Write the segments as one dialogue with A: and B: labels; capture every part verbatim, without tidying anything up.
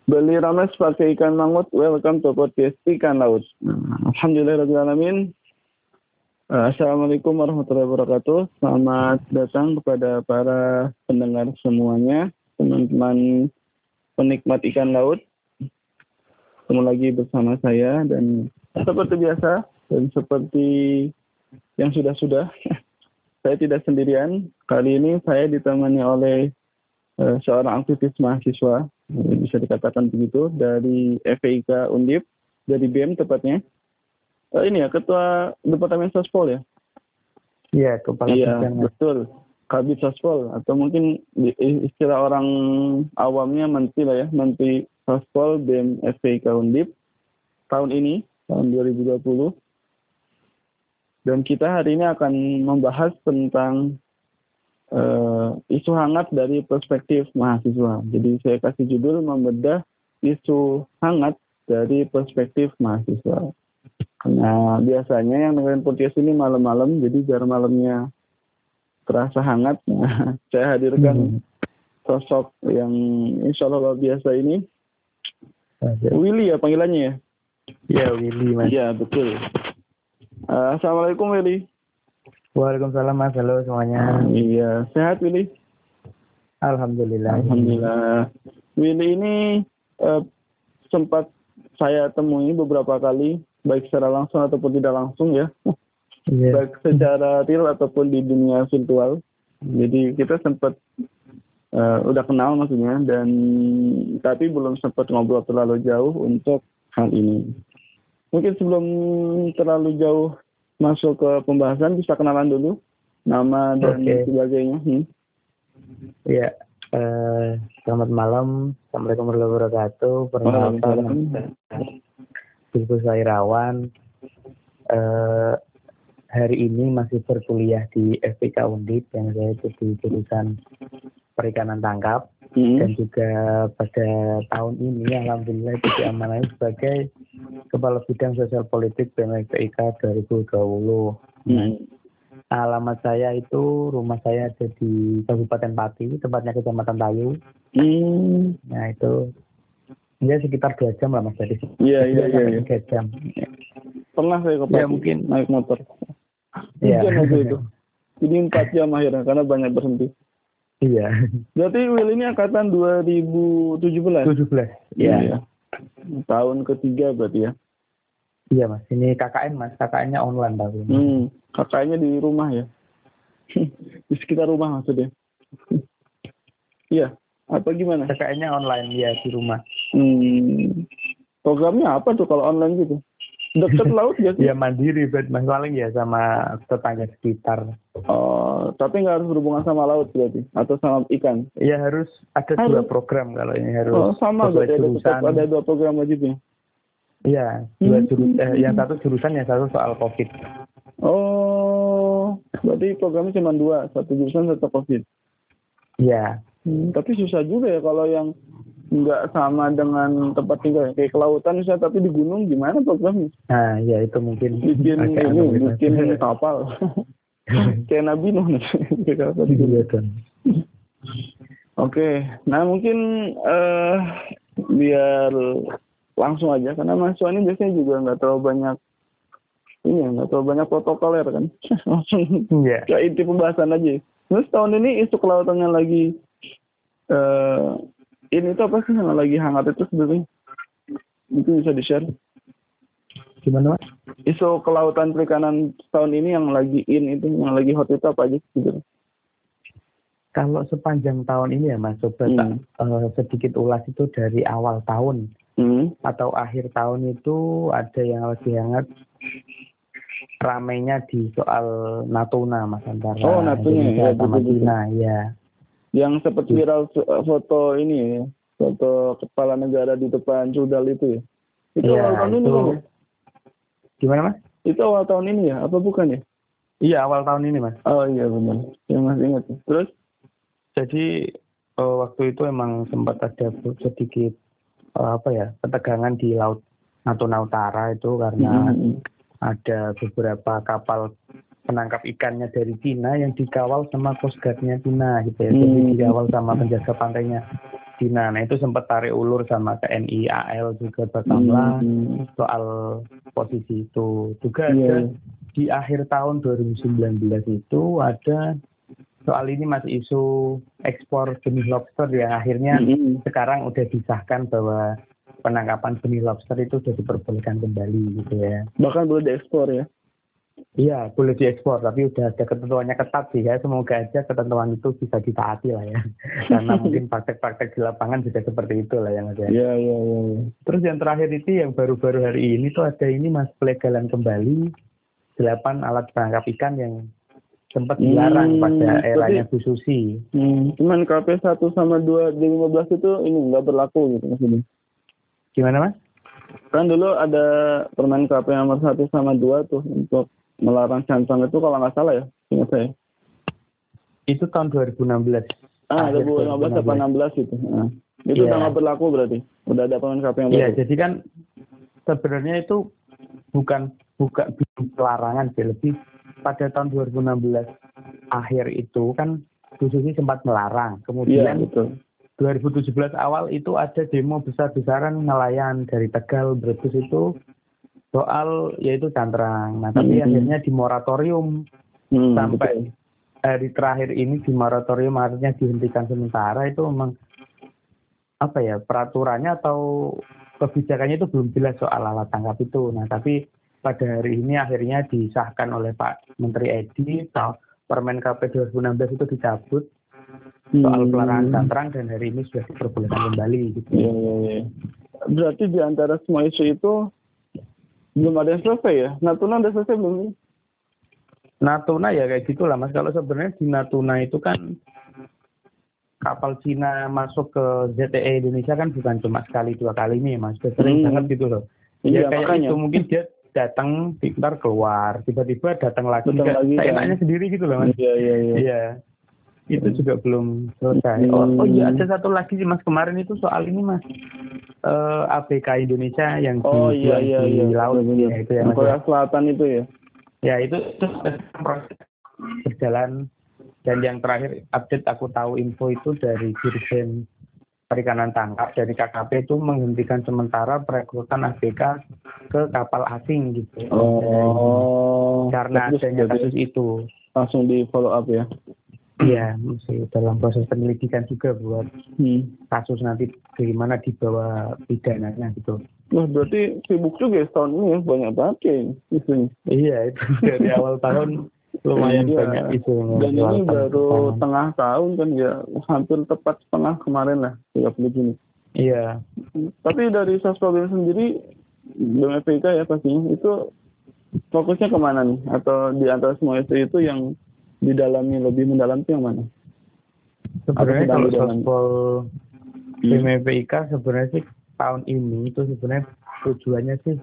A: Beli rames pakai ikan mangut. Welcome to podcast ikan laut. Nah, Alhamdulillahirrahmanirrahim. Uh, Assalamualaikum warahmatullahi wabarakatuh. Selamat datang kepada para pendengar semuanya, teman-teman penikmat ikan laut. Ketemu lagi bersama saya dan seperti biasa dan seperti yang sudah-sudah, saya tidak sendirian. Kali ini saya ditemani oleh uh, seorang aktivis mahasiswa, bisa dikatakan begitu, dari F I K Undip, dari B E M tepatnya. Uh, ini ya, Ketua Departemen Sospol ya?
B: Iya, Kepala
A: Iya,
B: Bidang.
A: betul. Kabid Sospol, atau mungkin istilah orang awamnya Menteri lah ya, Menteri Sospol B E M F I K Undip tahun ini, tahun dua ribu dua puluh. Dan kita hari ini akan membahas tentang uh, isu hangat dari perspektif mahasiswa. Jadi saya kasih judul membedah isu hangat dari perspektif mahasiswa. Nah, biasanya yang dengerin podcast ini malam-malam, jadi biar malamnya terasa hangat, nah, saya hadirkan hmm. sosok yang insya Allah luar biasa ini.
B: Oke.
A: Willy ya panggilannya ya?
B: Iya, Willy, Mas.
A: Iya, betul. Uh, Assalamualaikum Willy.
B: Waalaikumsalam, Mas. Halo semuanya.
A: Uh, iya, sehat Willy?
B: Alhamdulillah.
A: Alhamdulillah. Willy ini uh, sempat saya temui beberapa kali, baik secara langsung ataupun tidak langsung ya. Yeah. Baik secara real ataupun di dunia virtual. Jadi kita sempat uh, udah kenal maksudnya, dan tapi belum sempat ngobrol terlalu jauh untuk hal ini. Mungkin sebelum terlalu jauh masuk ke pembahasan, bisa kenalan dulu nama dan okay. sebagainya. Hmm.
B: Ya, uh, selamat malam. Assalamualaikum warahmatullahi wabarakatuh. Perkenalkan, Bilqis Irawan. Uh, hari ini masih berkuliah di F I K Undip, yang saya itu di jurusan perikanan tangkap. Hmm. Dan juga pada tahun ini alhamdulillah itu diamanai sebagai Kepala Bidang Sosial Politik B E M F I K dua ribu dua puluh. Hmm. Nah, alamat saya itu, rumah saya ada di Kabupaten Pati, tepatnya Kecamatan Tayu. Hmm. Nah itu ya sekitar dua jam lah Mas dari sini.
A: Iya iya iya.
B: Tiga jam.
A: Pernah saya ke Pati, ya, mungkin naik motor. Iya. itu. Jadi empat jam akhirnya karena banyak berhenti.
B: Iya.
A: Berarti Will ini angkatan dua ribu tujuh belas?
B: tujuh belas.
A: Iya. Ya. Tahun ketiga berarti ya?
B: Iya Mas, ini K K N Mas, K K N-nya online tapi.
A: Hmm, K K N-nya di rumah ya? Di sekitar rumah maksudnya? Iya, apa gimana?
B: K K N-nya online, ya di rumah.
A: Hmm, programnya apa tuh kalau online gitu? Dekat laut gak sih?
B: Ya mandiri, Mas, paling ya sama tetangga sekitar.
A: Oh, tapi nggak harus berhubungan sama laut berarti? Atau sama ikan?
B: Ya harus ada harus. dua program kalau ini harus.
A: Oh, sama berarti ada, tetap ada dua program wajibnya?
B: Iya, dua hmm. jurusan. Eh, yang satu jurusan, yang satu soal COVID.
A: Oh, berarti programnya cuma dua, satu jurusan, satu COVID.
B: Iya.
A: Hmm, tapi susah juga ya kalau yang nggak sama dengan tempat tinggal, kayak kelautan misalnya tapi di gunung, gimana programnya?
B: Nah ya itu mungkin
A: bikin ini bikin kapal kayak Nabi Nuh nih. Oke, nah mungkin uh, biar langsung aja karena mahasiswa ini biasanya juga nggak terlalu banyak ini ya, nggak terlalu banyak protokoler kan. Langsung yeah. ke inti pembahasan aja. Terus tahun ini isu kelautan yang lagi uh, ini tuh apa sih yang lagi hangat itu sebenarnya? Itu bisa di-share.
B: Gimana, Mas?
A: Isu kelautan perikanan tahun ini yang lagi in itu, yang lagi hot itu apa aja gitu?
B: Kalau sepanjang tahun ini ya, Mas, coba hmm. tak, uh, sedikit ulas itu dari awal tahun hmm. atau akhir tahun itu ada yang lagi hangat ramainya di soal Natuna, Mas, antara
A: oh, Natuna ya,
B: sama Cina, ya.
A: Yang sempat viral foto ini ya, foto kepala negara di depan rudal itu ya. Itu ya, awal tahun itu... ini kan ya?
B: Gimana Mas?
A: Itu awal tahun ini ya? Apa bukan ya?
B: Iya awal tahun ini Mas.
A: Oh iya benar. Yang masih ingat. Terus?
B: Jadi uh, waktu itu emang sempat ada sedikit uh, apa ya ketegangan di laut Natuna Utara itu karena mm-hmm. ada beberapa kapal penangkap ikannya dari Cina yang dikawal sama Coast Guard-nya Cina gitu ya. Jadi hmm. dikawal sama penjaga pantainya Cina. Nah itu sempat tarik ulur sama T N I A L juga Bakamla
A: Hmm.
B: soal posisi itu. Juga
A: Iya,
B: ada
A: iya.
B: di akhir tahun dua ribu sembilan belas itu ada soal ini masih isu ekspor benih lobster yang akhirnya
A: Mm-mm.
B: sekarang udah disahkan bahwa penangkapan benih lobster itu sudah diperbolehkan kembali gitu ya.
A: Bahkan boleh diekspor ya.
B: Iya, boleh diekspor, tapi udah ada ketentuannya ketat sih ya. Semoga aja ketentuan itu bisa ditaati lah ya. Karena mungkin praktek-praktek di lapangan juga seperti itu lah yang ada.
A: Iya, iya, iya. iya.
B: Terus yang terakhir itu yang baru-baru hari ini tuh ada ini mas pelegalan kembali delapan alat penangkap ikan yang sempat dilarang
A: Hmm,
B: pada eranya
A: berarti
B: Bu Susi.
A: hmm, cuman K P satu sama dua dua ribu lima belas itu ini nggak berlaku gitu maksudnya.
B: Gimana mas?
A: Kan dulu ada Permen K P nomor satu sama dua tuh untuk melarang cantrang itu kalau nggak salah ya, ingat saya.
B: Itu tahun dua ribu enam belas.
A: Ah,
B: Akhir
A: dua ribu lima belas atau
B: dua ribu enam belas.
A: enam belas gitu. Nah, itu
B: Iya.
A: udah nggak berlaku berarti. Udah ada Permen K P yang
B: Iya,
A: baru.
B: jadi kan sebenarnya itu bukan bukan pelarangan sih, lebih pada tahun dua ribu enam belas akhir itu kan Bu Susi sempat melarang.
A: Iya,
B: Kemudian
A: betul.
B: dua ribu tujuh belas awal itu ada demo besar-besaran nelayan dari Tegal, Brebes itu soal yaitu cantrang. Nah, tapi
A: Hmm.
B: akhirnya di moratorium
A: Hmm,
B: sampai
A: betul.
B: hari terakhir ini di moratorium artinya dihentikan sementara itu memang apa ya peraturannya atau kebijakannya itu belum jelas soal alat tangkap itu. Nah, tapi pada hari ini akhirnya disahkan oleh Pak Menteri Edi soal Permen K P dua ribu enam belas itu dicabut soal
A: Hmm.
B: pelarangan cantrang dan hari ini sudah diperbolehkan kembali gitu.
A: Iya, iya, iya. Berarti di antara semua isu itu belum ada yang selesai ya? Natuna udah selesai belum nih?
B: Natuna ya kayak gitulah mas. Kalau sebenarnya di Natuna itu kan kapal Cina masuk ke Z T E Indonesia kan bukan cuma sekali dua kali nih mas, sudah sering
A: Hmm.
B: banget gitu loh.
A: Iya,
B: Ya kayak
A: makanya.
B: itu mungkin dia datang, ntar keluar, tiba-tiba datang lagi,
A: Datang
B: kayak
A: lagi kan.
B: seenaknya sendiri gitu loh mas.
A: Iya, iya, iya.
B: Iya, itu juga belum selesai. Oh, oh iya ada satu lagi sih mas kemarin itu soal ini mas, eh, A B K Indonesia yang
A: Oh iya,
B: dibuang
A: iya,
B: di
A: iya.
B: laut
A: Benar-benar.
B: ya itu ya
A: Yang
B: mas.
A: Korea
B: Ya,
A: Selatan itu ya.
B: ya itu, itu proses berjalan. Dan yang terakhir update aku tahu info itu dari Dirjen Perikanan Tangkap dari K K P itu menghentikan sementara perekrutan A B K ke kapal asing gitu.
A: Oh.
B: Karena
A: Terus
B: adanya
A: jadi
B: kasus itu.
A: langsung di follow up ya.
B: Iya, masih dalam proses penyelidikan juga buat
A: Hmm.
B: kasus nanti bagaimana dibawa pidananya gitu.
A: Wah, berarti sibuk juga ya tahun ini ya, banyak banget ya isunya.
B: Iya, itu dari awal tahun lumayan
A: Iya.
B: banyak isu.
A: Dan ini
B: soal
A: baru
B: penerbangan.
A: tengah tahun kan ya, hampir tepat setengah kemarin lah, tiga puluh Juni.
B: Iya.
A: Tapi dari Sastrogen sendiri, B M P K ya pastinya, itu fokusnya kemana nih? Atau di antara semua isu itu yang didalami, lebih mendalam itu yang mana?
B: Sebenarnya
A: sedang
B: kalau
A: didalami?
B: sospol B
A: Hmm.
B: M P I K sebenarnya sih tahun ini itu sebenarnya tujuannya sih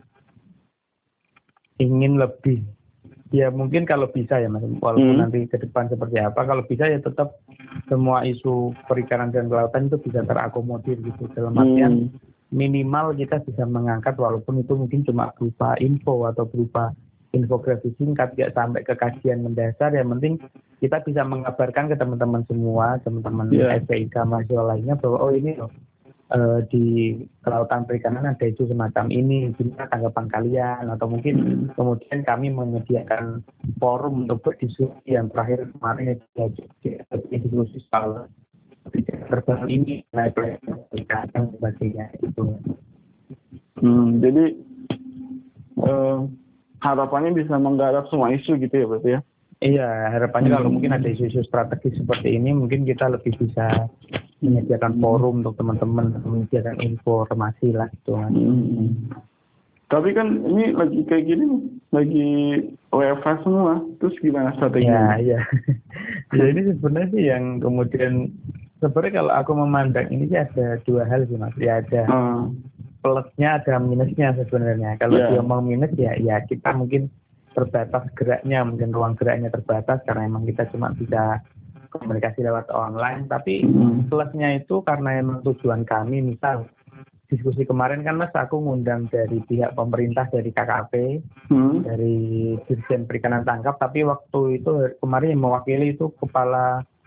B: ingin lebih ya mungkin kalau bisa ya mas walaupun
A: Hmm.
B: nanti ke depan seperti apa kalau bisa ya tetap semua isu perikanan dan kelautan itu bisa terakomodir gitu dalam artian
A: Hmm.
B: minimal kita bisa mengangkat walaupun itu mungkin cuma berupa info atau berupa infografis singkat nggak sampai ke kajian mendasar yang penting kita bisa mengabarkan ke teman-teman semua teman-teman
A: Yeah.
B: S P I K mahasiswa lainnya bahwa oh ini loh uh, di kelautan perikanan ada isu semacam ini gimana tanggapan kalian atau mungkin
A: Hmm.
B: kemudian kami menyediakan forum untuk berdiskusi yang terakhir kemarin itu diskusi soal terbang ini naik perikanan sebagainya itu.
A: Hmm. Jadi uh, harapannya bisa menggarap semua isu gitu ya berarti ya?
B: Iya, harapannya
A: Hmm.
B: kalau mungkin ada isu-isu strategis seperti ini, mungkin kita lebih bisa menyediakan forum untuk teman-teman, menyediakan informasi lah gitu.
A: Hmm. Tapi kan ini lagi kayak gini, lagi W F H semua, terus gimana strateginya?
B: Ya, iya. Ya ini sebenarnya sih yang kemudian sebenarnya kalau aku memandang ini sih ada dua hal sih mas. Ya ada
A: Hmm.
B: plusnya, ada minusnya sebenarnya. Kalau
A: Yeah.
B: dia mau minus ya, ya kita mungkin terbatas geraknya, mungkin ruang geraknya terbatas karena emang kita cuma bisa komunikasi lewat online. Tapi
A: Hmm.
B: plusnya itu karena emang tujuan kami, misal diskusi kemarin kan mas, aku ngundang dari pihak pemerintah dari K K P,
A: Hmm.
B: dari Dirjen Perikanan Tangkap, tapi waktu itu kemarin yang mewakili itu kepala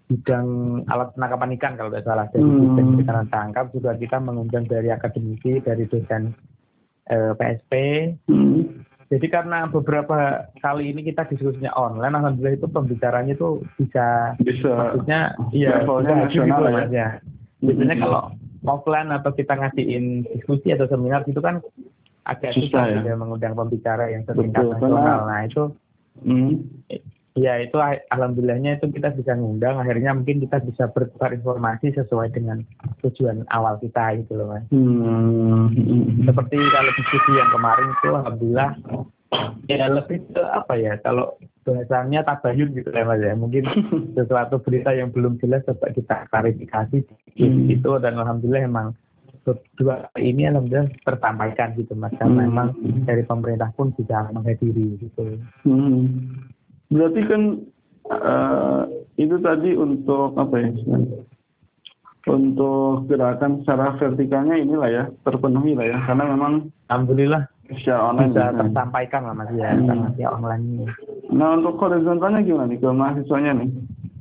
B: bidang alat penangkapan ikan kalau tidak salah, dari
A: Hmm.
B: bidang ikan tangkap juga kita mengundang dari akademisi, dari dosen eh, P S P.
A: Hmm.
B: Jadi karena beberapa kali ini kita diskusinya online, alhamdulillah itu pembicaranya itu bisa,
A: Bisa
B: maksudnya iya
A: levelnya
B: bisa hadir gitu
A: nasional
B: loh
A: ya.
B: Mas ya. Biasanya
A: Hmm.
B: kalau offline atau kita ngasihin diskusi atau seminar itu kan agak
A: Susah
B: susah
A: ya.
B: gitu ya mengundang pembicara yang setingkat
A: Betul,
B: nasional.
A: karena-
B: Nah itu
A: Hmm.
B: ya itu ah- alhamdulillahnya itu kita bisa ngundang, akhirnya mungkin kita bisa bertukar informasi sesuai dengan tujuan awal kita gitu loh Mas.
A: Hmm.
B: Seperti kalau diskusi yang kemarin itu alhamdulillah ya lebih ke apa ya, kalau bahasanya tabayun gitu ya Mas ya, mungkin sesuatu berita yang belum jelas coba kita klarifikasi
A: Hmm.
B: gitu, dan alhamdulillah emang berdua ini alhamdulillah tersampaikan gitu Mas, karena
A: Hmm.
B: emang dari pemerintah pun bisa menghadiri gitu.
A: Hmm. Berarti kan eh, itu tadi untuk apa ya? Untuk gerakan secara vertikalnya inilah ya terpenuhi lah ya, karena memang
B: Alhamdulillah
A: secara online
B: bisa
A: ya.
B: tersampaikan lah Mas ya,
A: Hmm.
B: karena via online ini.
A: Nah untuk horizontalnya gimana nih ke mahasiswanya nih?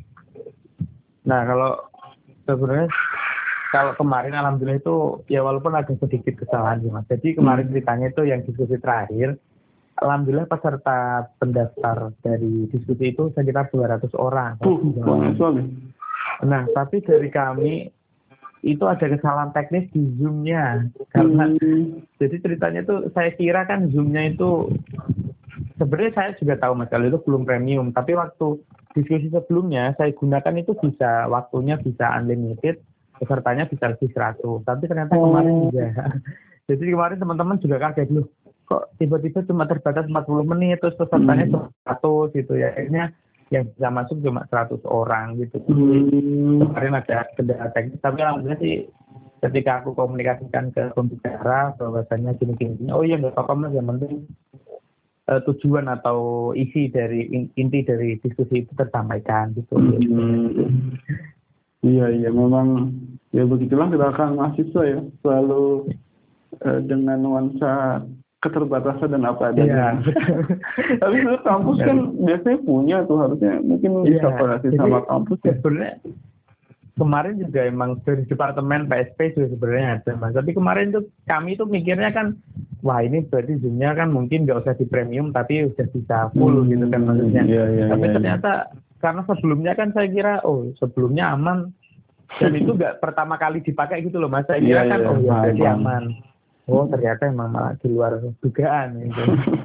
B: Nah kalau sebenarnya kalau kemarin alhamdulillah itu ya walaupun ada sedikit kesalahan sih Mas. Jadi kemarin
A: Hmm.
B: ceritanya itu yang diskusi terakhir, alhamdulillah peserta pendaftar dari diskusi itu sekitar dua ratus orang.
A: Tuh, banyak sekali.
B: Nah tapi dari kami itu ada kesalahan teknis di Zoom-nya, karena
A: Hmm.
B: jadi ceritanya tuh saya kira kan Zoom-nya itu sebenarnya saya juga tahu Mas kalau itu belum premium, tapi waktu diskusi sebelumnya saya gunakan itu bisa waktunya bisa unlimited, pesertanya bisa lebih seratus, tapi ternyata kemarin
A: Oh.
B: juga. Jadi kemarin teman-teman juga kaget loh, kok tiba-tiba cuma terbatas empat puluh menit terus pesertanya
A: Hmm.
B: cuma seratus gitu ya. Akhirnya yang bisa masuk cuma seratus orang gitu.
A: Hmm.
B: Kemarin ada kendala teknis, tapi alhamdulillah sih ketika aku komunikasikan ke pembicara bahwasannya gini-gini, oh iya nggak apa-apa Mas, yang penting uh, tujuan atau isi dari inti dari diskusi itu tersampaikan gitu.
A: Hmm. Iya iya memang ya begitulah gerakan mahasiswa ya, selalu eh, dengan nuansa keterbatasan dan apa adanya.
B: Iya.
A: Tapi sebenarnya kampus kan biasanya punya tuh, harusnya mungkin
B: Iya,
A: bisa kolaborasi
B: jadi
A: sama kampus ya.
B: sebenarnya kemarin juga emang dari departemen P S P juga sebenarnya ada Mas. Tapi kemarin tuh kami tuh mikirnya kan, wah ini berarti Zoom-nya kan mungkin nggak usah di premium tapi udah bisa full
A: Hmm,
B: gitu kan maksudnya.
A: iya, iya,
B: Tapi
A: iya,
B: ternyata karena sebelumnya kan saya kira oh sebelumnya aman, dan itu nggak pertama kali dipakai gitu loh Mas. Saya kira
A: Iya,
B: kan
A: iya,
B: oh ya berarti
A: paham.
B: aman. Oh ternyata emang malah di luar dugaan gitu.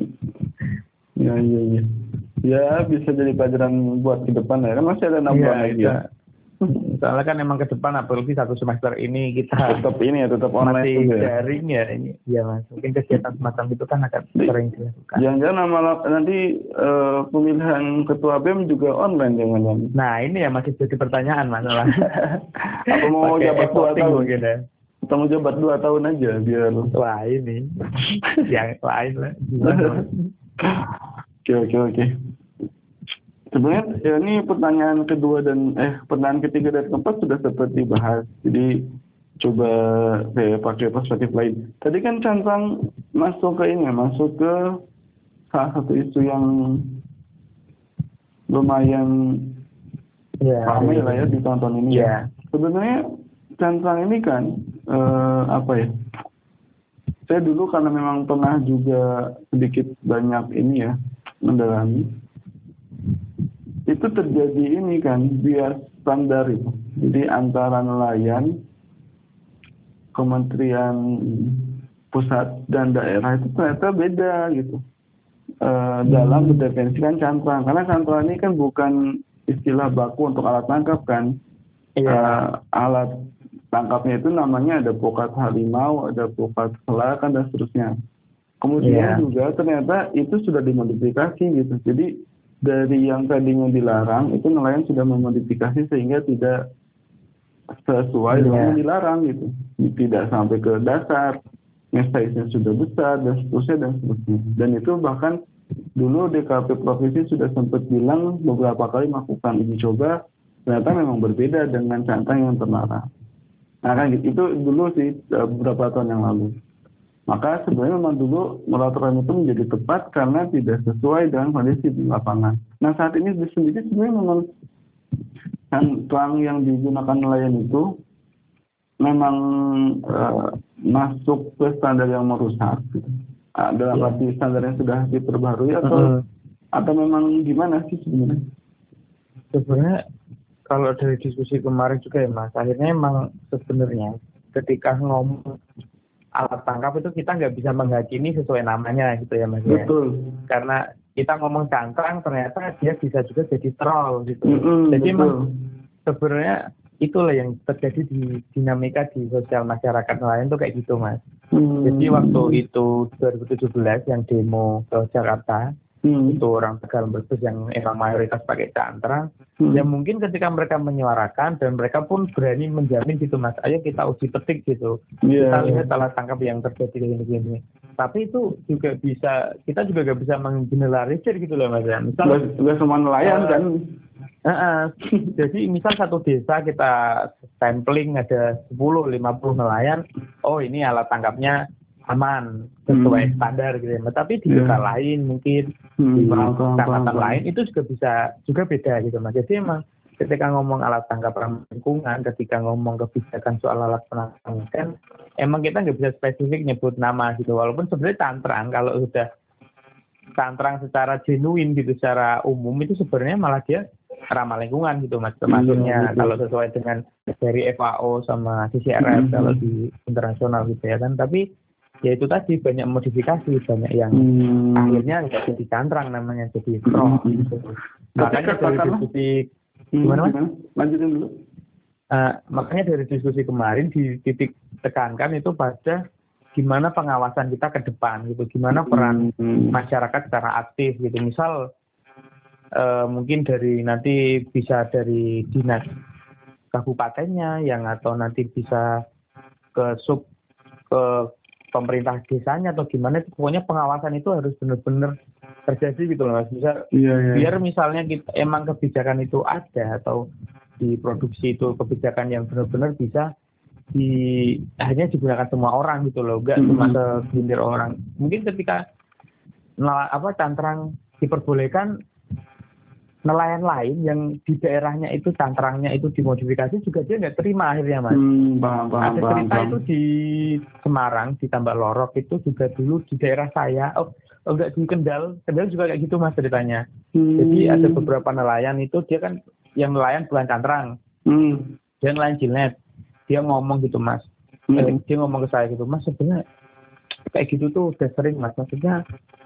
A: Iya iya iya. Ya bisa jadi pelajaran buat ke depan ya. Kan masih ada enam bulan lagi ya.
B: Soalnya kan emang ke depan apalagi satu semester ini kita
A: Tetap ini ya, tetap online
B: masih
A: juga ya.
B: daring ya ini. Ya Mas, mungkin kegiatan semacam itu kan akan sering dilakukan.
A: Jangan-jangan nama nanti eh, pemilihan ketua B E M juga online jangan-jangan.
B: Nah ini ya masih jadi pertanyaan masalah.
A: Apa mau
B: Pakai
A: jabat dua
B: e-voting
A: tahun?
B: mungkin ya.
A: Kita mau jabat dua tahun aja biar.
B: Wah ini yang lain lah.
A: Oke oke oke. Sebenarnya ya, ini pertanyaan kedua dan eh pertanyaan ketiga dan keempat sudah seperti dibahas. Jadi coba saya pakai perspektif lain. Tadi kan Cantang masuk ke ini, masuk ke salah satu isu yang lumayan
B: ya,
A: ramai lah ya di tahun-tahun ini ya.
B: ya.
A: Sebenarnya Cantang ini kan eh, apa ya? Saya dulu karena memang pernah juga sedikit banyak ini ya mendalami. Itu terjadi ini kan bias standar itu. Jadi antara nelayan, kementerian pusat dan daerah itu ternyata beda gitu. E, dalam mendefinisikan cantrang. Karena cantrang ini kan bukan istilah baku untuk alat tangkap kan.
B: Iya.
A: E, alat tangkapnya itu namanya ada pokat harimau, ada pokat selakan dan seterusnya. Kemudian
B: Iya.
A: juga ternyata itu sudah dimodifikasi gitu. Jadi dari yang tadinya dilarang itu nelayan sudah memodifikasi sehingga tidak sesuai
B: Iya.
A: dengan yang dilarang gitu, tidak sampai ke dasar, yang size-nya sudah besar dan seterusnya dan seterusnya. Dan itu bahkan dulu D K P provinsi sudah sempat bilang beberapa kali melakukan uji coba, ternyata memang berbeda dengan cantrang yang terlarang. Nah kan gitu, itu dulu sih beberapa tahun yang lalu. Maka sebenarnya memang dulu peraturan itu menjadi tepat karena tidak sesuai dengan kondisi di lapangan. Nah saat ini sendiri sebenarnya memang kan kerang yang digunakan nelayan itu memang uh, masuk ke standar yang merusak gitu. Uh, dalam
B: Ya.
A: arti standar yang sudah diperbarui atau
B: Uh-uh.
A: atau memang gimana sih sebenarnya?
B: Sebenarnya kalau dari diskusi kemarin juga ya Mas, akhirnya emang sebenarnya ketika ngomong alat tangkap itu kita nggak bisa menghakimi sesuai namanya gitu ya Mas ya.
A: Betul.
B: Karena kita ngomong cantrang ternyata dia bisa juga jadi troll gitu.
A: Mm-mm,
B: Jadi
A: betul.
B: emang sebenarnya itulah yang terjadi di dinamika di sosial masyarakat nelayan tuh kayak gitu Mas.
A: Hmm.
B: Jadi waktu itu dua ribu tujuh belas yang demo ke Jakarta,
A: Hmm.
B: itu orang Tegal Brebes yang emang mayoritas pakai cantrang,
A: Hmm.
B: ya mungkin ketika mereka menyuarakan dan mereka pun berani menjamin gitu Mas, ayo kita uji petik gitu,
A: Yeah.
B: kita lihat alat tangkap yang terjadi gini-gini. Tapi itu juga bisa, kita juga gak bisa menggeneralisir gitu loh Mas ya. Misal
A: Gak semua nelayan uh, kan.
B: Uh, uh, jadi misal satu desa kita sampling ada sepuluh lima puluh nelayan, oh ini alat tangkapnya aman sesuai hmm. standar gitu ya. Tapi di desa yeah. lain mungkin hmm, di kecamatan lain itu juga bisa juga beda gitu Mas. Jadi emang ketika ngomong alat tangkap ramah lingkungan, ketika ngomong kebijakan soal alat penangkapan kan emang kita nggak bisa spesifik nyebut nama gitu. Walaupun sebenarnya cantrang kalau sudah cantrang secara genuine gitu secara umum itu sebenarnya malah dia ramah lingkungan gitu Mas. Termasuknya hmm, kalau sesuai dengan dari F A O sama C C R F hmm. kalau di internasional gitu ya kan. Tapi ya itu tadi banyak modifikasi, banyak yang hmm. akhirnya nggak jadi cantrang namanya, jadi strong hmm. gitu. Makanya dari diskusi hmm. gimana Mas?
A: Lanjutin dulu.
B: Uh, makanya dari diskusi kemarin di titik tekankan itu pada gimana pengawasan kita ke depan gitu, gimana peran hmm. masyarakat secara aktif gitu. Misal uh, mungkin dari nanti bisa dari dinas kabupatennya yang atau nanti bisa ke sub ke pemerintah desanya atau gimana, pokoknya pengawasan itu harus benar-benar terjadi gitu loh Mas. Bisa yeah, yeah. biar misalnya kita emang kebijakan itu ada atau diproduksi itu kebijakan yang benar-benar bisa di hanya digunakan semua orang gitu loh, enggak mm-hmm. cuma segelintir orang. Mungkin ketika nel, apa cantrang diperbolehkan, nelayan lain yang di daerahnya itu cantrangnya itu dimodifikasi juga dia nggak terima akhirnya Mas. Hmm, bang, bang, Ada cerita bang, itu di Semarang di Tambak Lorok itu juga dulu di daerah saya, oh, oh enggak di Kendal, Kendal juga kayak gitu Mas ceritanya. Hmm. Jadi ada beberapa nelayan itu dia kan yang nelayan bukan cantrang, hmm. dia nelayan jilet. Dia ngomong gitu Mas, hmm. eh, dia ngomong ke saya gitu Mas, sebenarnya kayak gitu tuh udah sering Mas, maksudnya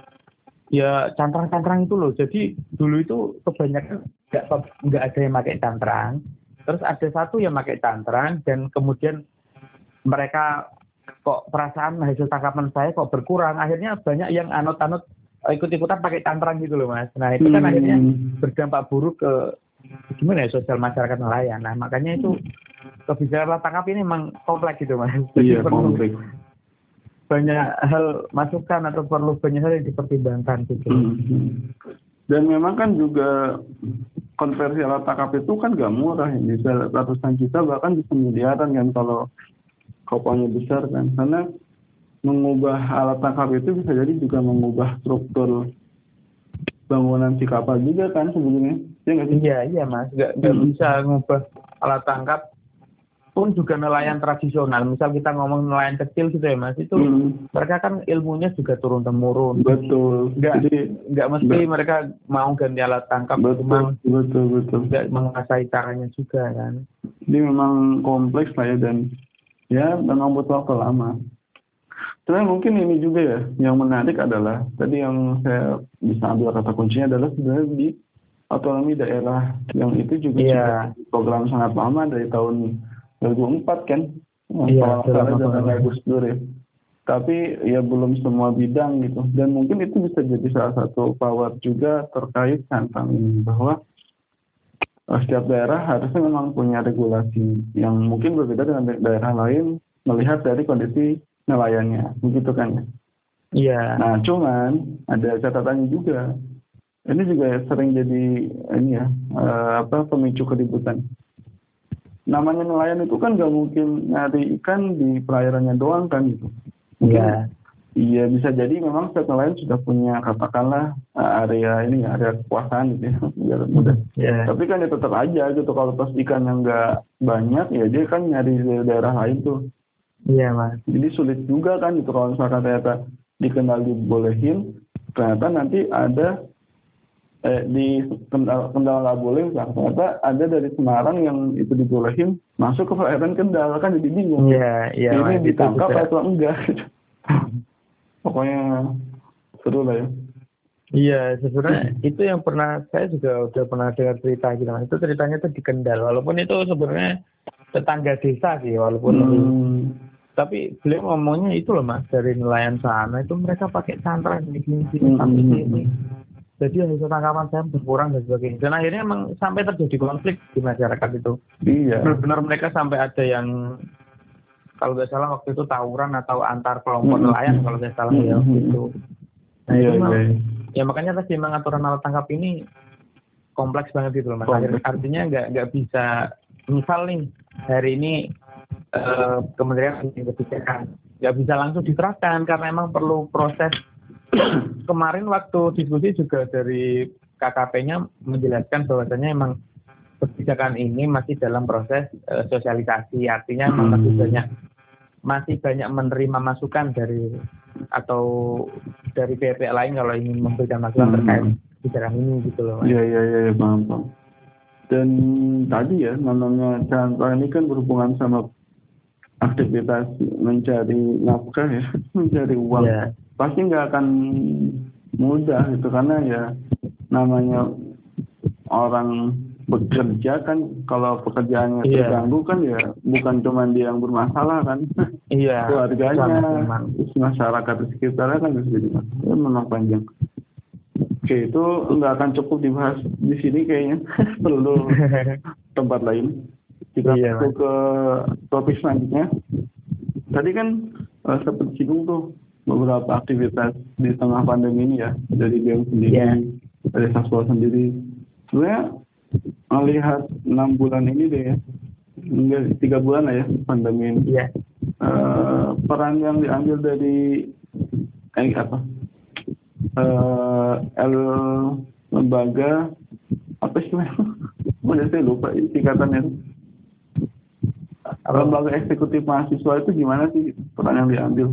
B: ya cantrang-cantrang itu loh. Jadi dulu itu kebanyakan nggak nggak ada yang pakai cantrang, terus ada satu yang pakai cantrang dan kemudian mereka kok perasaan hasil tangkapan saya kok berkurang, akhirnya banyak yang anut-anut ikut-ikutan pakai cantrang gitu loh Mas. Nah itu kan hmm. akhirnya berdampak buruk ke gimana ya sosial masyarakat nelayan. Nah makanya itu kebijakan alat tangkap ini memang kompleks gitu Mas. Jadi iya, perlu kompleks. Banyak hal masukan atau perlu banyak hal yang dipertimbangkan gitu.
A: Hmm. Dan memang kan juga konversi alat tangkap itu kan gak murah, bisa ratusan juta bahkan bisa miliaran kan kalau kopalnya besar kan. Karena mengubah alat tangkap itu bisa jadi juga mengubah struktur bangunan si kapal juga kan sebetulnya.
B: Ya, iya iya Mas, nggak nggak hmm. bisa ngubah alat tangkap pun juga nelayan tradisional. Misal kita ngomong nelayan kecil gitu ya Mas, itu hmm. mereka kan ilmunya juga turun temurun.
A: Betul.
B: Nggak Jadi, nggak mesti betul. Mereka mau ganti alat tangkap,
A: betul
B: memang
A: betul betul.
B: Nggak menguasai caranya juga kan.
A: Jadi memang kompleks lah ya dan ya memang butuh waktu lama. Tapi mungkin ini juga ya yang menarik adalah tadi yang saya bisa ambil kata kuncinya adalah sebenarnya di otonomi daerah yang itu juga yeah. sudah program sangat lama dari tahun dua ribu empat kan,
B: yeah,
A: kalau zaman Gus Dur ya. Tapi ya belum semua bidang gitu dan mungkin itu bisa jadi salah satu power juga terkait tentang ini bahwa setiap daerah harusnya memang punya regulasi yang mungkin berbeda dengan daerah lain melihat dari kondisi nelayannya, begitu kan ya?
B: Iya.
A: Nah, cuman ada catatannya juga. Ini juga sering jadi ini ya uh, apa pemicu keributan. Namanya nelayan itu kan nggak mungkin nyari ikan di perairannya doang kan gitu.
B: Iya.
A: Iya, bisa jadi memang satu lain sudah punya katakanlah eh, area ini ya, area kekuasaan gitu ya, biar mudah.
B: Ya,
A: Tapi kan ya tetap aja gitu kalau pas ikannya nggak banyak ya dia kan nyari di daerah lain tuh.
B: iya mas.
A: Jadi sulit juga kan gitu kalau misalkan ternyata dikenal dibolehin, ternyata nanti ada eh, di Kendal Kendal nggak boleh, misalkan ternyata ada dari Semarang yang itu dibolehin masuk ke perairan Kendal kan jadi bingung.
B: Iya, iya
A: Ini
B: mas. Itu
A: ditangkap
B: juga.
A: atau enggak? Gitu. Pokoknya seru lah ya.
B: Iya, sebenarnya itu yang pernah saya juga udah pernah dengar cerita gitu mas. Itu ceritanya tuh di Kendal, walaupun itu sebenarnya tetangga desa sih, walaupun lebih.
A: Hmm.
B: Tapi beliau ngomongnya itu loh mas, dari nelayan sana itu mereka pakai cantrang gini gini gini
A: Hmm,
B: sampai
A: hmm,
B: sini.
A: hmm.
B: Jadi hasil tangkapan saya berkurang dan sebagainya. Dan akhirnya emang sampai terjadi konflik di masyarakat itu.
A: Iya.
B: Benar-benar mereka sampai ada yang kalau nggak salah waktu itu tawuran atau antar kelompok
A: Hmm,
B: nelayan
A: hmm.
B: kalau nggak salah
A: Hmm,
B: ya
A: hmm,
B: waktu
A: hmm.
B: itu. Nah
A: Iya,
B: itu
A: iya,
B: mah
A: iya.
B: ya makanya tadi memang aturan alat tangkap ini kompleks banget gitu loh mas. Akhir-
A: Kompleks.
B: Artinya nggak nggak bisa misal nih hari ini eh, Kementerian Kebijakan nggak bisa langsung diterapkan karena emang perlu proses. Kemarin waktu diskusi juga dari K K P-nya menjelaskan bahwasanya emang kebijakan ini masih dalam proses eh, sosialisasi, artinya emang masih
A: Hmm.
B: banyak masih banyak menerima masukan dari atau dari pihak-pihak lain kalau ingin memberikan masukan terkait
A: Hmm.
B: kebijakan ini gitu loh mas.
A: Iya, iya, iya, iya, paham, paham. Dan tadi ya, namanya cantrang ini kan berhubungan sama aktivitas mencari nafkah ya, mencari uang.
B: Iya,
A: Pasti nggak akan mudah gitu, karena ya namanya orang bekerja kan, kalau pekerjaannya
B: iya,
A: terganggu kan ya bukan cuma dia yang bermasalah kan,
B: iya,
A: keluarganya,
B: sama memang.
A: terus masyarakat di sekitarnya kan bisa jadi masalah. Ya, memang panjang. Oke, itu nggak akan cukup dibahas di sini kayaknya. Perlu tempat lain. Kita
B: Iya
A: masuk
B: mas.
A: ke topik selanjutnya. Tadi kan eh, sempat singgung tuh beberapa aktivitas di tengah pandemi ini ya, dari B E M sendiri,
B: Iya,
A: dari Sasol sendiri. Sebenarnya melihat enam bulan ini deh ya, enggak tiga bulan lah ya pandemi ini.
B: iya.
A: Eh, peran yang diambil dari eh, apa? Eh, L lembaga apa sih? Udah saya lupa singkatannya.
B: Apa?
A: Lembaga eksekutif mahasiswa itu gimana sih peran yang diambil?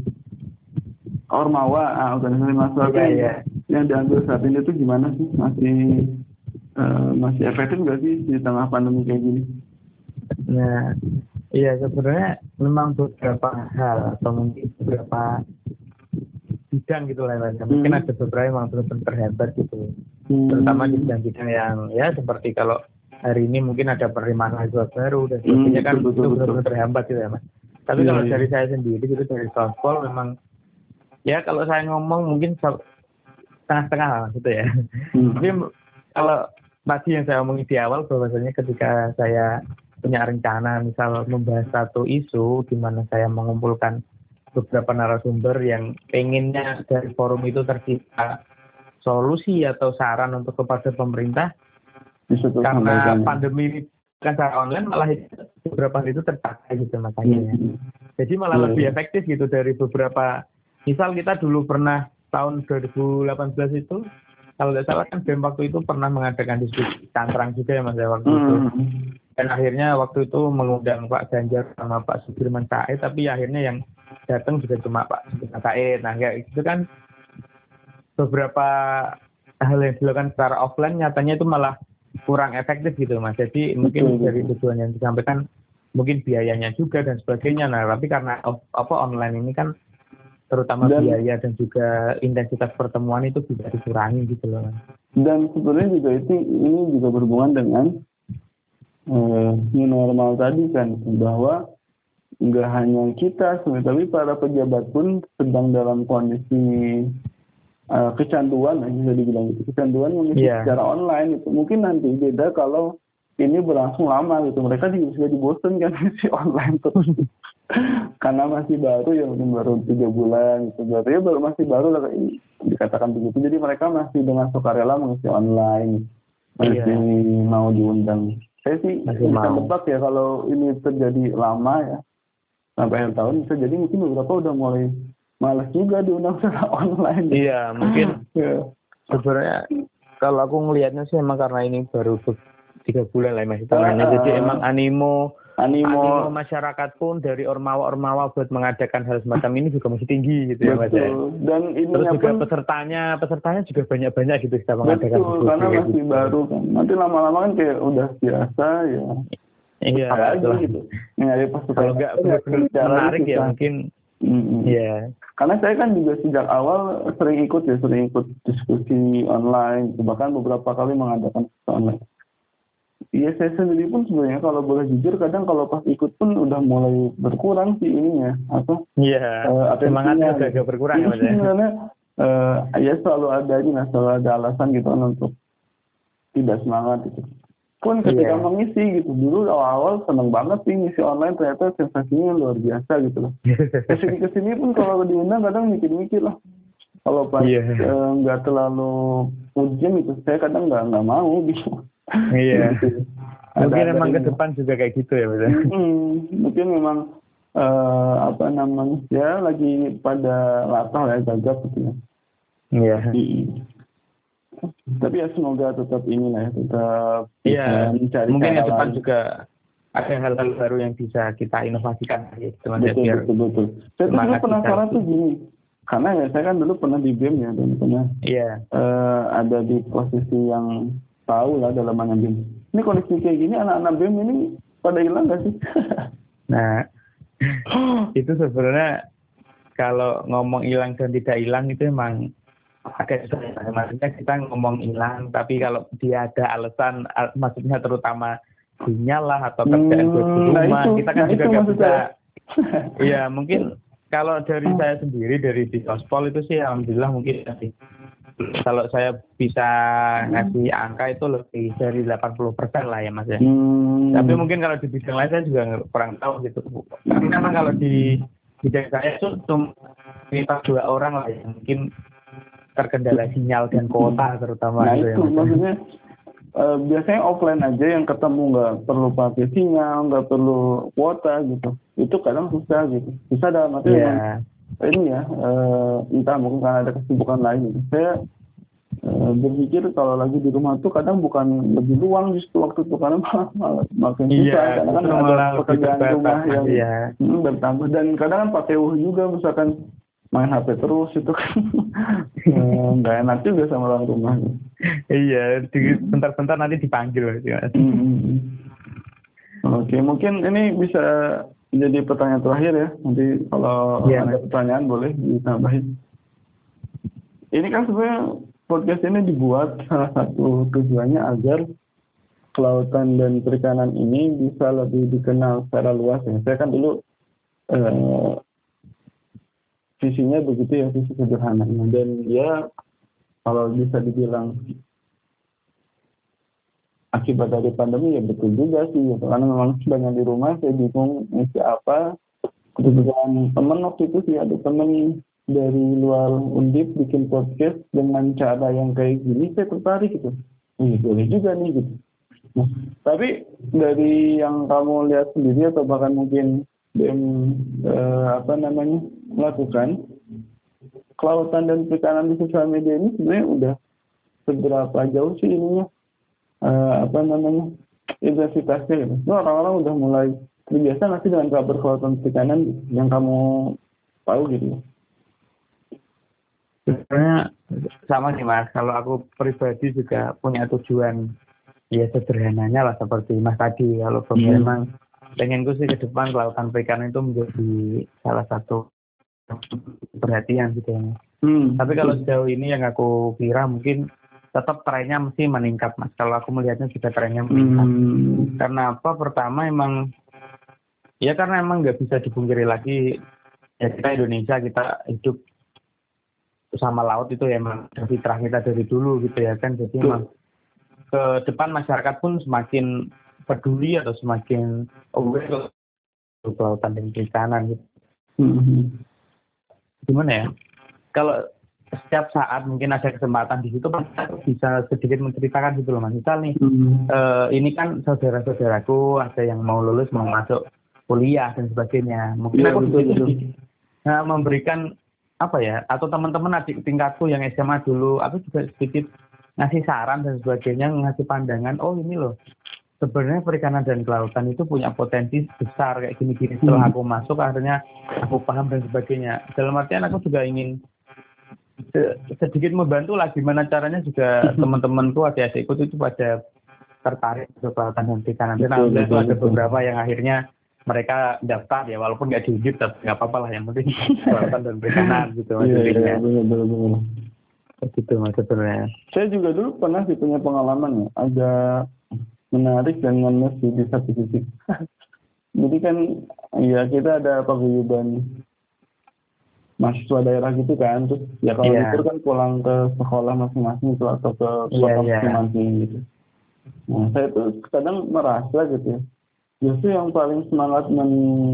A: Ormawa, ah, organisasi mahasiswa
B: Iya,
A: yang,
B: iya.
A: yang diambil saat ini itu gimana sih? Masih eh, masih efektif nggak sih di tengah pandemi kayak gini?
B: Nah, iya sebenarnya memang beberapa hal atau mungkin beberapa bidang gitu lah mas. Mungkin
A: Hmm.
B: ada beberapa yang memang benar-benar terhambat gitu.
A: Hmm.
B: Terutama di bidang-bidang yang ya seperti kalau hari ini mungkin ada penerimaan mahasiswa baru dan sebagainya
A: Hmm,
B: kan
A: betul,
B: itu
A: betul,
B: benar-benar
A: betul.
B: terhambat gitu ya mas. Tapi
A: Iya,
B: kalau
A: iya.
B: dari saya sendiri gitu dari Softball memang ya kalau saya ngomong mungkin se- setengah-setengah lah gitu ya.
A: Hmm.
B: Tapi kalau tadi yang saya omongin di awal bahwasanya ketika saya punya rencana misal membahas satu isu di mana saya mengumpulkan beberapa narasumber yang pengennya dari forum itu tercipta solusi atau saran untuk kepada pemerintah
A: Bisa tuh
B: karena
A: sampaikan.
B: pandemi ini kan secara online malah itu, beberapa hal itu tercapai gitu makanya ya.
A: Hmm.
B: Jadi malah
A: Iya,
B: lebih
A: iya.
B: efektif gitu dari beberapa misal kita dulu pernah tahun dua ribu delapan belas itu kalau nggak salah kan B E M waktu itu pernah mengadakan diskusi cantrang juga ya mas ya waktu itu.
A: Hmm.
B: Dan akhirnya waktu itu mengundang Pak Ganjar sama Pak Sudirman Said, tapi akhirnya yang datang juga cuma Pak Sudirman Said. Nah, kayak itu kan beberapa hal yang dilakukan secara offline nyatanya itu malah kurang efektif gitu mas. Jadi mungkin
A: Betul,
B: dari
A: betul.
B: tujuan yang disampaikan mungkin biayanya juga dan sebagainya. Nah, tapi karena off- apa online ini kan terutama
A: Dan
B: biaya dan juga intensitas pertemuan itu bisa dikurangi gitu loh mas.
A: dan sebenarnya juga itu ini juga berhubungan dengan eh, new normal tadi kan, bahwa nggak hanya kita sebenarnya, tapi para pejabat pun sedang dalam kondisi eh, kecanduan, ya, bisa dibilang gitu, kecanduan mengisi
B: Iya.
A: secara online itu. Mungkin nanti beda kalau ini berlangsung lama gitu, mereka juga sudah dibosan kan isi online terus. Karena masih baru ya, mungkin baru tiga bulan gitu, berarti ya baru masih baru lah ini dikatakan begitu. Jadi mereka masih dengan sukarela mengisi online, masih
B: Iya.
A: mau diundang. Saya sih
B: Masih
A: bisa
B: mau.
A: nebak ya kalau ini terjadi lama ya sampai akhir tahun, bisa jadi mungkin beberapa udah mulai malas juga diundang secara online.
B: Iya, mungkin
A: Ya.
B: sebenarnya kalau aku ngelihatnya sih emang karena ini baru be- tiga bulan lah masih
A: Ah,
B: tangannya. Jadi
A: ah.
B: emang animo animo
A: Animo,
B: masyarakat pun dari ormawa-ormawa buat mengadakan hal semacam ini juga masih tinggi gitu ya Mas ya.
A: betul. Dan
B: Terus
A: ininya
B: juga
A: pun
B: pesertanya pesertanya juga banyak-banyak gitu kita mengadakan
A: betul,
B: diskusi
A: karena
B: kayak
A: masih
B: gitu.
A: baru kan. Nanti lama-lama kan kayak udah biasa ya.
B: Iya,
A: Apalagi
B: itulah.
A: gitu. Nyari pasukan.
B: Kalau nggak benar-benar menarik ya mungkin
A: Mm-mm.
B: ya.
A: Karena saya kan juga sejak awal sering ikut ya, sering ikut diskusi online, bahkan beberapa kali mengadakan diskusi online. Iya, saya sendiri pun sebenarnya kalau boleh jujur, kadang kalau pas ikut pun udah mulai berkurang sih ininya, apa
B: Iya,
A: uh,
B: semangatnya
A: atensinya
B: udah
A: gitu.
B: agak berkurang ya Mas ya.
A: Karena uh, ya selalu ada aja, nah, selalu ada alasan gitu kan untuk tidak semangat gitu. Pun ketika
B: Iya.
A: mengisi gitu, dulu awal-awal seneng banget sih ngisi online, ternyata sensasinya luar biasa gitu loh. Kesini-kesini pun kalau diundang kadang mikir-mikir lah. Kalau pas
B: Iya.
A: eh, nggak terlalu urgent gitu, saya kadang nggak nggak mau gitu.
B: Iya.
A: Gitu.
B: Mungkin
A: Ada-ada
B: emang ke
A: ini.
B: depan juga kayak gitu ya Mas ya.
A: Mm-mm. Mungkin memang eh, apa namanya ya lagi pada latah ya, gagap gitu ya.
B: Iya.
A: Mm-mm. Tapi ya semoga tetap ini lah ya, tetap
B: Iya.
A: bisa mencari
B: Mungkin
A: cara
B: ke depan
A: lain.
B: juga ada hal-hal baru yang bisa kita inovasikan gitu Mas ya,
A: Betul,
B: biar
A: betul, betul. Saya tuh dulu
B: semangat
A: penasaran
B: kita.
A: tuh gini, karena ya saya kan dulu pernah di B E M ya, dan pernah
B: Iya.
A: eh, ada di posisi yang tahu lah dalam mana B E M. Ini kondisi kayak gini, anak-anak B E M ini pada hilang nggak sih?
B: Nah, itu sebenarnya kalau ngomong hilang dan tidak hilang itu emang agak susah ya. Maksudnya kita ngomong hilang, tapi kalau dia ada alasan, al- maksudnya terutama sinyal lah atau kerjaan buat di
A: Hmm, nah
B: rumah,
A: itu,
B: kita kan
A: nah
B: juga
A: itu
B: nggak
A: maksud
B: bisa.
A: saya.
B: Iya, mungkin kalau dari saya sendiri dari di Sospol itu sih alhamdulillah mungkin sih. Kalau saya bisa ngasih angka itu lebih dari delapan puluh persen lah ya Mas ya.
A: Hmm,
B: Tapi mungkin kalau di bidang lain saya juga kurang tahu gitu. Tapi memang kalau di bidang saya itu cuma kita dua orang lah yang mungkin terkendala sinyal dan kuota terutama
A: nah
B: gitu ya
A: itu
B: Mas.
A: maksudnya eh, biasanya offline aja yang ketemu, nggak perlu pakai sinyal, nggak perlu kuota gitu. Itu kadang susah gitu. Susah dalam arti memang
B: Iya.
A: ini ya, eh, entah mungkin karena ada kesibukan lain gitu. Saya eh, berpikir kalau lagi di rumah tuh kadang bukan lebih luang justru waktu itu, karena malah, malah makin susah
B: Iya,
A: karena kan
B: justru
A: ada
B: malah lebih
A: pekerjaan
B: terbatas
A: rumah
B: Mas
A: yang
B: ya.
A: hmm, bertambah, dan kadang kan pakai wuh juga, misalkan main H P terus itu kan eh, nggak enak juga sama orang rumah.
B: Iya, di- bentar-bentar nanti dipanggil Mas. Ya.
A: Hmm. Oke, mungkin ini bisa jadi pertanyaan terakhir ya. Nanti kalau
B: Iya,
A: ada
B: Mas.
A: pertanyaan boleh ditambahin. Ini kan sebenarnya podcast ini dibuat salah satu tujuannya agar kelautan dan perikanan ini bisa lebih dikenal secara luas ya. Saya kan dulu eh, visinya begitu ya, visi sederhananya. Dan ya kalau bisa dibilang akibat dari pandemi ya betul juga sih gitu. Karena memang banyak di rumah, saya bingung ngisi apa. Kebetulan temen waktu itu sih, ada temen dari luar Undip bikin podcast dengan cara yang kayak gini, saya tertarik gitu. Ih, boleh juga nih gitu. Nah, tapi dari yang kamu lihat sendiri atau bahkan mungkin B E M eh, apa namanya melakukan, kelautan dan perikanan di sosial media ini sebenarnya udah seberapa jauh sih ininya eh, apa namanya intensitasnya gitu. Nah, orang-orang udah mulai terbiasa nggak sih dengan kabar kelautan perikanan yang kamu tahu gitu?
B: Sebenarnya sama sih Mas, kalau aku pribadi juga punya tujuan ya sederhananya lah seperti Mas tadi. Kalau
A: Hmm.
B: memang pengenku sih ke depan kelautan perikanan itu menjadi salah satu perhatian gitu ya.
A: Hmm.
B: Tapi kalau sejauh ini yang aku kira mungkin tetap trennya mesti meningkat Mas. Kalau aku melihatnya juga trennya meningkat.
A: Hmm.
B: Karena apa? Pertama emang ya karena emang nggak bisa dipungkiri lagi ya kita Indonesia, kita hidup sama laut itu ya emang fitrah kita dari dulu gitu ya kan. Jadi emang ke depan masyarakat pun semakin peduli atau semakin aware ke kelautan dan perikanan gitu.
A: Hmm.
B: Gimana ya? Kalau setiap saat mungkin ada kesempatan di situ kan bisa sedikit menceritakan gitu loh Mas. Misal nih,
A: Hmm.
B: eh, ini kan saudara-saudaraku ada yang mau lulus mau masuk kuliah dan sebagainya. Mungkin
A: Ya,
B: aku
A: betul,
B: di situ
A: betul.
B: di- nah, memberikan apa ya, atau teman-teman adik tingkatku yang S M A dulu, aku juga sedikit ngasih saran dan sebagainya, ngasih pandangan, oh ini loh, sebenarnya perikanan dan kelautan itu punya potensi besar kayak gini-gini. Setelah aku masuk, akhirnya aku paham dan sebagainya. Dalam artian aku juga ingin se- sedikit membantu lah gimana caranya juga teman-temanku, adik-adikku itu pada tertarik ke kelautan dan perikanan. Dan
A: Betul,
B: alhamdulillah itu
A: betul,
B: ada
A: betul.
B: beberapa yang akhirnya mereka daftar ya, walaupun nggak diundip tapi nggak apa-apa lah, yang penting kelautan dan perikanan gitu mas
A: Iya, iya,
B: intinya.
A: benar, benar, benar.
B: Gitu mas sebenarnya.
A: Saya juga dulu pernah sih punya pengalaman ya, agak menarik dan ngenes sih di satu sisi. Jadi kan, ya kita ada paguyuban mahasiswa daerah gitu kan, terus ya kalau
B: Iya.
A: libur kan pulang ke sekolah masing-masing gitu, atau ke
B: Iya,
A: kota
B: iya.
A: masing-masing gitu. Nah, saya tuh kadang merasa gitu ya, justru yang paling semangat men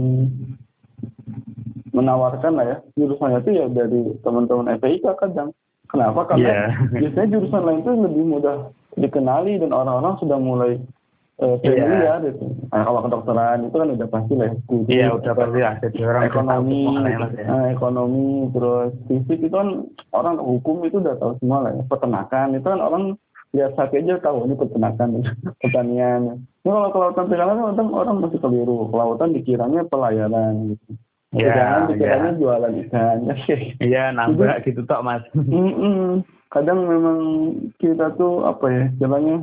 A: menawarkan lah ya jurusannya itu ya dari teman-teman F I K kadang. Kenapa? Karena
B: Iya.
A: biasanya jurusan lain itu lebih mudah dikenali dan orang-orang sudah mulai eh,
B: Iya.
A: familiar gitu. Nah, kalau kedokteran itu kan udah pasti lah ya, guru,
B: Iya udah
A: atau
B: pasti lah, jadi orang udah tahu
A: ekonomi,
B: semua lah ya
A: gitu.
B: mas ya.
A: Nah, ekonomi, terus fisik itu kan orang, hukum itu udah tahu semua lah ya. Peternakan itu kan orang lihat sapi aja tahu ini peternakan, pertanian. Nah, kalau kelautan perikanan kan orang, orang masih keliru. Kelautan dikiranya pelayaran gitu.
B: Iya,
A: Jangan
B: iya.
A: dikiranya jualan ikan.
B: Iya,
A: Jadi,
B: nambah gitu tok mas.
A: mm-mm. Kadang memang kita tuh apa ya, istilahnya,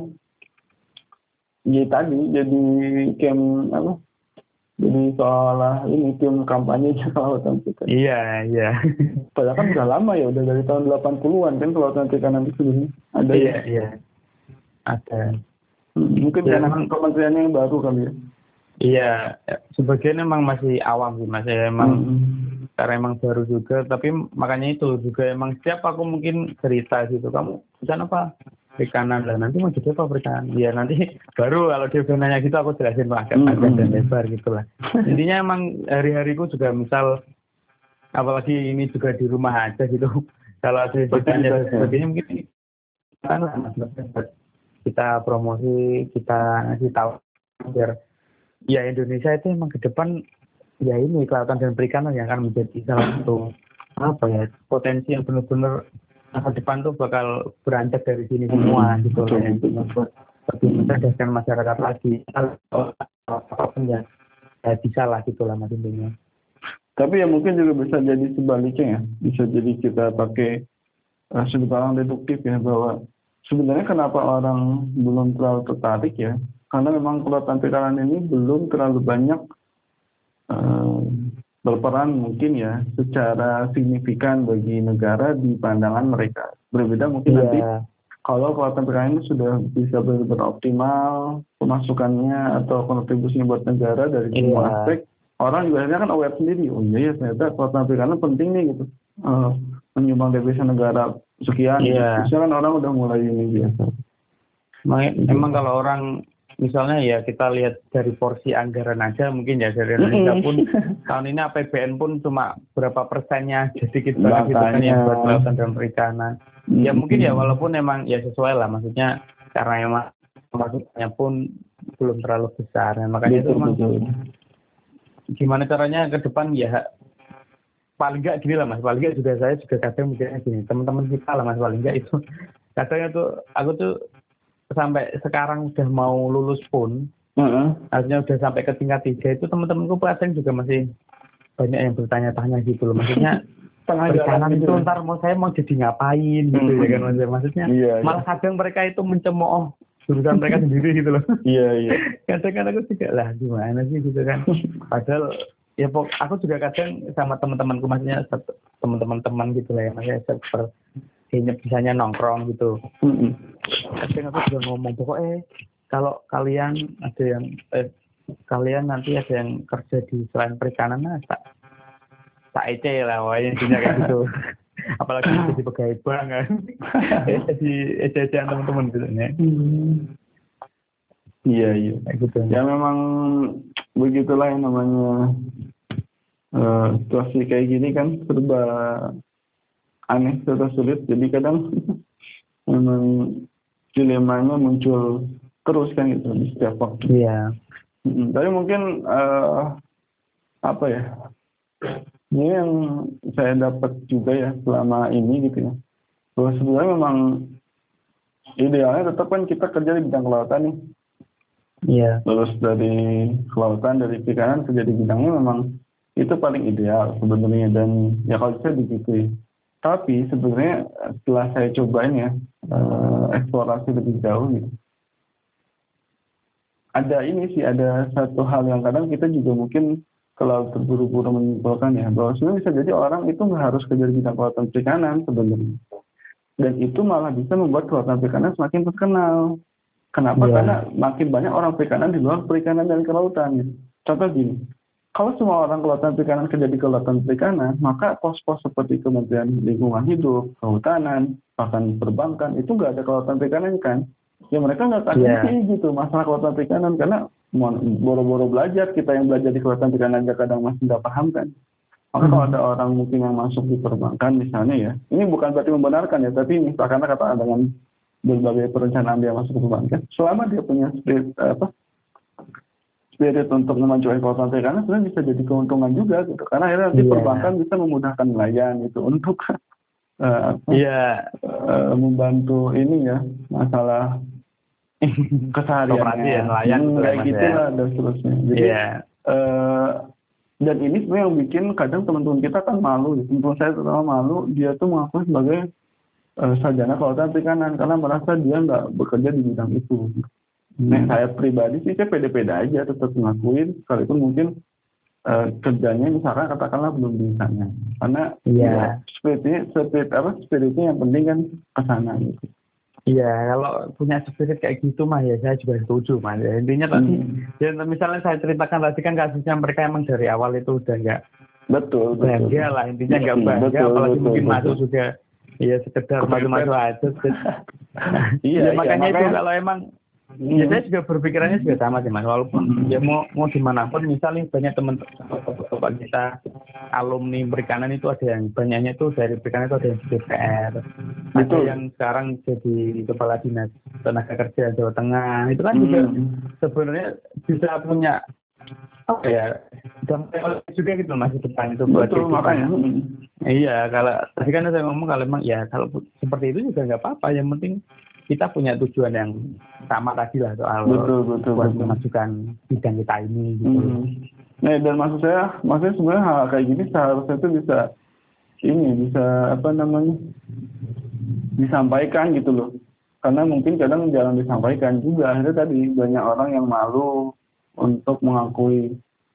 A: ya tadi jadi camp apa? Jadi seolah ini tim kampanye kelautan perikanan.
B: Iya, iya.
A: Padahal kan udah lama ya, udah dari tahun delapan puluhan kan kelautan perikanan itu sebenarnya ada
B: Iya,
A: ya.
B: iya. Ada.
A: Hmm, Mungkin
B: Ya,
A: karena
B: memang
A: kementeriannya yang baru kali ya.
B: iya, sebagian emang masih awam sih mas ya, emang
A: Hmm.
B: karena emang baru juga, tapi makanya itu juga emang setiap aku mungkin cerita gitu, kamu pesan apa? Perikanan lah, nanti mau jadi apa perikanan? Ya nanti baru kalau dia udah nanya gitu aku jelasin lah agak panjang dan lebar gitu lah. Intinya emang hari-hariku juga misal, apalagi ini juga di rumah aja gitu, kalau ada ditanya dan sebagainya mungkin kan lah mas, kita promosi, kita ngasih tahu biar ya Indonesia itu emang ke depan ya ini kelautan dan perikanan yang akan menjadi salah satu apa ya potensi yang benar-benar masa depan tuh bakal beranjak dari sini semua
A: Hmm,
B: gitu
A: betul,
B: lah ya.
A: betul.
B: Lebih mencerdaskan masyarakat lagi, kalau apapun ya, ya bisa lah gitu lah mas intinya.
A: Tapi ya mungkin juga bisa jadi sebaliknya ya. Bisa jadi kita pakai uh, sudut pandang deduktif ya, bahwa sebenarnya kenapa orang belum terlalu tertarik ya, karena memang kelautan perikanan ini belum terlalu banyak uh, berperan mungkin ya secara signifikan bagi negara di pandangan mereka. Berbeda mungkin
B: Iya.
A: nanti kalau kelautan perikanan ini sudah bisa benar-benar optimal pemasukannya atau kontribusinya buat negara dari semua
B: Iya.
A: aspek, orang juga akhirnya kan aware sendiri, oh iya ya ternyata kelautan perikanan penting nih gitu, uh, menyumbang devisa negara sekian.
B: Iya.
A: Gitu. Misalnya kan orang udah mulai ini biasa.
B: Emang, emang kalau orang misalnya ya kita lihat dari porsi anggaran aja mungkin ya dari Indonesia pun tahun ini A P B N pun cuma berapa persennya, sedikit banget gitu kan yang buat kelautan dan perikanan. Ya mungkin ya walaupun emang ya sesuai lah, maksudnya karena emang maksudnya pun belum terlalu besar, nah, makanya itu
A: Betul,
B: emang
A: betul.
B: gimana caranya ke depan ya paling nggak gini lah mas, paling nggak juga saya juga kadang mikirnya gini, teman-teman kita lah mas, paling nggak itu kadang itu aku tuh sampai sekarang udah mau lulus pun,
A: uh-huh.
B: artinya udah sampai ke tingkat tiga itu teman-temanku pasien juga masih banyak yang bertanya-tanya gitu loh, maksudnya perikanan itu
A: gitu.
B: ntar mau saya mau jadi ngapain gitu
A: hmm.
B: ya kan maksudnya, maksudnya
A: iya,
B: malah
A: iya.
B: kadang mereka itu mencemooh jurusan mereka sendiri gitu loh.
A: Iya, iya.
B: Kadang-kadang aku juga lah gimana sih gitu kan, padahal ya pok aku juga kadang sama teman-temanku, maksudnya teman-teman teman gitu lah ya, maksudnya seperti bisanya nongkrong gitu.
A: Mm-mm.
B: Kadang aku juga ngomong pokoknya kalau kalian ada yang eh, kalian nanti ada yang kerja di selain perikanan, nah tak tak ece lah, wah intinya kayak gitu. Apalagi jadi pegawai bank kan, eh, jadi ece-ecean teman-teman gitu ya.
A: Iya, iya.
B: Kayak gitu.
A: Ya memang begitulah yang namanya uh, situasi kayak gini kan, serba aneh, serba sulit. Jadi kadang memang dilemanya muncul terus kan gitu di setiap waktu.
B: Iya.
A: Mm-mm. Tapi mungkin uh, apa ya? Ini yang saya dapat juga ya selama ini gitu ya. Bahwa sebenarnya memang idealnya tetap kan kita kerja di bidang kelautan nih.
B: Iya.
A: Lulus dari kelautan, dari perikanan kerja di bidangnya memang itu paling ideal sebenarnya, dan ya kalau bisa begitu. Tapi sebenarnya setelah saya cobain ya eh, eksplorasi lebih jauh gitu. Ada ini sih, ada satu hal yang kadang kita juga mungkin kalau terburu-buru menyimpulkan ya, bahwa sebenarnya bisa jadi orang itu nggak harus kerja di bidang kelautan perikanan sebenarnya. Dan itu malah bisa membuat kelautan perikanan semakin terkenal. Kenapa?
B: Iya.
A: Karena makin banyak orang perikanan di luar perikanan dan kelautan. Gitu. Contoh gini, kalau semua orang kelautan perikanan kerja di kelautan perikanan, maka pos-pos seperti Kementerian Lingkungan Hidup, Kehutanan, bahkan perbankan, itu nggak ada kelautan perikanan kan. Ya mereka nggak akan
B: Iya.
A: ngerti gitu masalah kelautan perikanan, karena boro-boro belajar, kita yang belajar di kelautan perikanan aja kadang masih nggak paham kan. Maka kalau ada orang mungkin yang masuk di perbankan misalnya ya, ini bukan berarti membenarkan ya, tapi misalkan kata dengan berbagai perencanaan dia masuk ke perbankan, selama dia punya spirit apa spirit untuk memajukan kelautan perikanan, sebenarnya bisa jadi keuntungan juga gitu, karena akhirnya nanti
B: Iya.
A: perbankan bisa memudahkan nelayan gitu untuk uh, apa,
B: Iya.
A: uh, membantu ini ya masalah kesehariannya,
B: Operasi ya, nelayan
A: hmm,
B: gitu ya,
A: kayak
B: Mas,
A: gitu
B: ya.
A: lah dan seterusnya. Jadi
B: Iya.
A: uh, dan ini sebenarnya yang bikin kadang teman-teman kita kan malu, ya. Teman saya terutama malu, dia tuh mengaku sebagai uh, sarjana kelautan perikanan karena merasa dia nggak bekerja di bidang itu. Hmm. Nah, saya pribadi sih saya pede-pede aja tetap ngakuin, sekalipun mungkin uh, kerjanya misalkan katakanlah belum di sana, karena
B: Iya.
A: ya, spiritnya, spirit apa spiritnya yang penting kan ke sana gitu.
B: Iya, kalau punya spirit kayak gitu mah ya saya juga setuju Mas. Ya, intinya tadi, hmm. ya misalnya saya ceritakan tadi kan kasusnya mereka emang dari awal itu udah nggak
A: betul,
B: bahagia
A: betul.
B: lah, intinya nggak
A: betul,
B: bahagia,
A: betul,
B: apalagi
A: betul,
B: mungkin
A: betul.
B: masuk juga ya sekedar masuk-masuk aja.
A: Iya,
B: ya makanya
A: iya,
B: itu kalau emang
A: hmm.
B: ya saya juga berpikirannya juga sama sih Mas, walaupun hmm. ya mau mau dimanapun, misalnya banyak teman-teman kita alumni perikanan itu ada yang banyaknya itu dari perikanan itu ada yang di D P R, ada yang sekarang jadi kepala dinas tenaga kerja Jawa Tengah, itu kan hmm. juga sebenarnya bisa punya apa ya dampak juga gitu Mas di depan itu buat
A: betul, makanya.
B: Hmm. Iya, kalau tadi kan saya ngomong kalau emang ya kalau seperti itu juga nggak apa-apa, yang penting kita punya tujuan yang sama tadi lah soal
A: betul, betul,
B: buat
A: betul.
B: memajukan bidang kita ini gitu.
A: Hmm. Nah, dan maksud saya, maksudnya sebenarnya hal kayak gini seharusnya itu bisa ini bisa apa namanya disampaikan gitu loh. Karena mungkin kadang jarang disampaikan juga, akhirnya tadi banyak orang yang malu untuk mengakui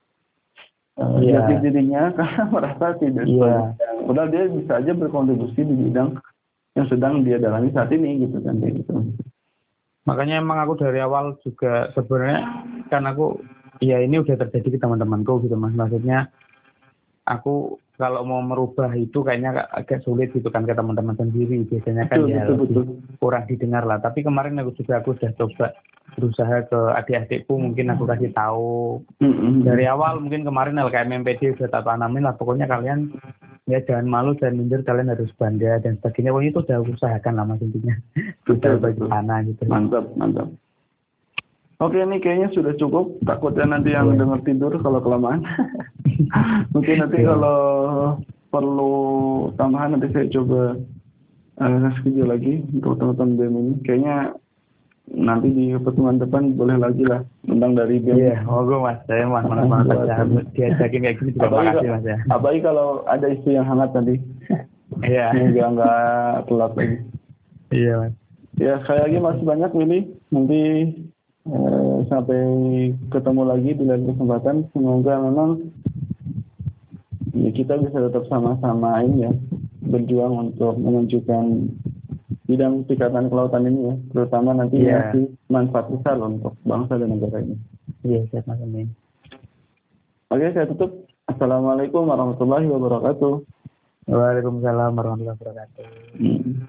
A: uh, yeah. jati dirinya karena merasa tidak yeah. sesuai. Padahal dia bisa aja berkontribusi di bidang yang sedang dia dalami saat ini gitu kan kayak gitu.
B: Makanya emang aku dari awal juga sebenarnya kan aku ya ini udah terjadi ke teman-temanku gitu Mas. Maksudnya aku kalau mau merubah itu kayaknya agak sulit gitu kan ke teman-teman sendiri. Biasanya kan betul, ya betul, betul. kurang didengar lah. Tapi kemarin aku juga aku udah coba berusaha ke adik-adikku, mungkin aku kasih tahu mm-hmm. dari awal, mungkin kemarin L K M M P D udah tak tanamin lah. Pokoknya kalian ya jangan malu, jangan minder, kalian harus bangga dan sebagainya. Pokoknya itu udah usahakan lah Mas intinya.
A: Betul,
B: bagi tanah gitu.
A: Mantap, mantap. Oke, ini kayaknya sudah cukup. Takutnya nanti yang yeah. dengar tidur kalau kelamaan. Mungkin nanti yeah. kalau perlu tambahan nanti saya coba uh, video lagi untuk teman-teman B E M ini. Kayaknya nanti di pertemuan depan boleh lagi lah tentang dari B E M.
B: Iya, yeah, moga Mas. Saya Mas mana-mana saja diajakin kayak gini juga
A: apalagi
B: makasih Mas ya.
A: Apalagi kalau ada isu yang hangat tadi.
B: Iya.
A: Yeah. Biar nggak telat lagi.
B: Iya yeah, Mas.
A: Ya, sekali lagi masih banyak Willy. Nanti eh, sampai ketemu lagi di lain kesempatan. Semoga memang ya, kita bisa tetap sama-sama ini ya, berjuang untuk menunjukkan bidang perikanan kelautan ini ya, terutama nanti yeah. ngasih manfaat besar untuk bangsa dan negara ini.
B: Iya, yeah, saya paham.
A: Oke, saya tutup. Assalamualaikum warahmatullahi wabarakatuh.
B: Waalaikumsalam warahmatullahi wabarakatuh. Hmm.